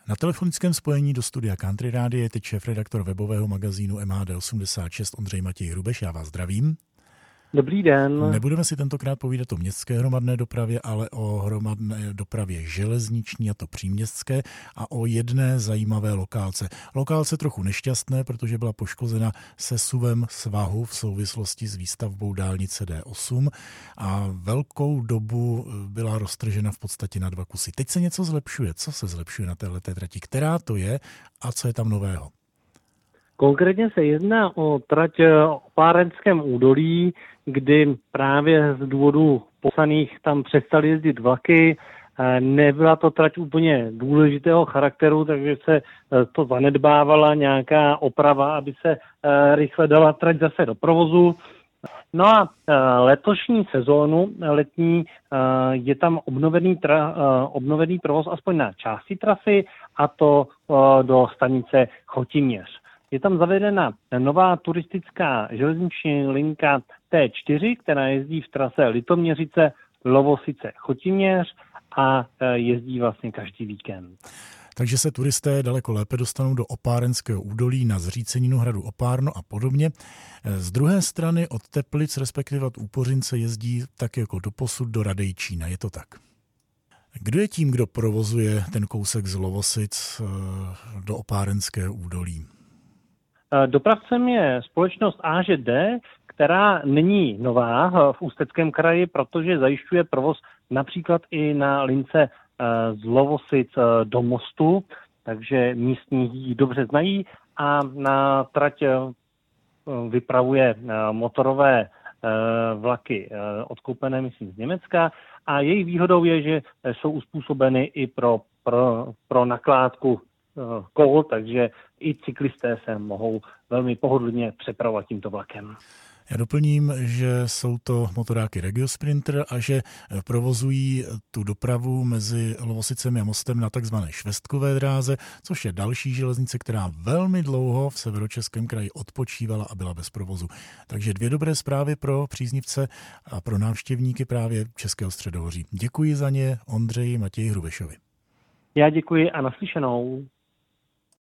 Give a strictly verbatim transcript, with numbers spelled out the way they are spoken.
Na telefonickém spojení do studia Country Rádia je teď šéfredaktor webového magazínu M H D osmdesát šest Ondřej Matěj Hrubeš. Já vás zdravím. Dobrý den. Nebudeme si tentokrát povídat o městské hromadné dopravě, ale o hromadné dopravě železniční, a to příměstské, a o jedné zajímavé lokálce. Lokálce trochu nešťastné, protože byla poškozena sesuvem svahu v souvislosti s výstavbou dálnice D osm a velkou dobu byla roztržena v podstatě na dva kusy. Teď se něco zlepšuje. Co se zlepšuje na téhleté trati? Která to je a co je tam nového? Konkrétně se jedná o trať o Párenském údolí, kdy právě z důvodu posaných tam přestaly jezdit vlaky. Nebyla to trať úplně důležitého charakteru, takže se to zanedbávala nějaká oprava, aby se rychle dala trať zase do provozu. No a letošní sezónu letní je tam obnovený, tra, obnovený provoz aspoň na části trasy, a to do stanice Chotiměř. Je tam zavedena nová turistická železniční linka T čtyři, která jezdí v trase Litoměřice, Lovosice, Chotiměř a jezdí vlastně každý víkend. Takže se turisté daleko lépe dostanou do Opárenského údolí, na zříceninu hradu Opárno a podobně. Z druhé strany od Teplic, respektive od Úpořince, jezdí tak jako doposud do Radejčína. Je to tak? Kdo je tím, kdo provozuje ten kousek z Lovosic do Opárenského údolí? Dopravcem je společnost A Ž D, která není nová v Ústeckém kraji, protože zajišťuje provoz například i na lince z Lovosic do Mostu, takže místní ji dobře znají a na trať vypravuje motorové vlaky odkoupené, myslím, z Německa, a její výhodou je, že jsou uspůsobeny i pro, pro, pro nakládku kol, takže i cyklisté se mohou velmi pohodlně přepravovat tímto vlakem. Já doplním, že jsou to motoráky Regiosprinter a že provozují tu dopravu mezi Lovosicemi a Mostem na takzvané švestkové dráze, což je další železnice, která velmi dlouho v Severočeském kraji odpočívala a byla bez provozu. Takže dvě dobré zprávy pro příznivce a pro návštěvníky právě Českého středohoří. Děkuji za ně Ondřeji Matěji Hrubešovi. Já děkuji a naslyšenou.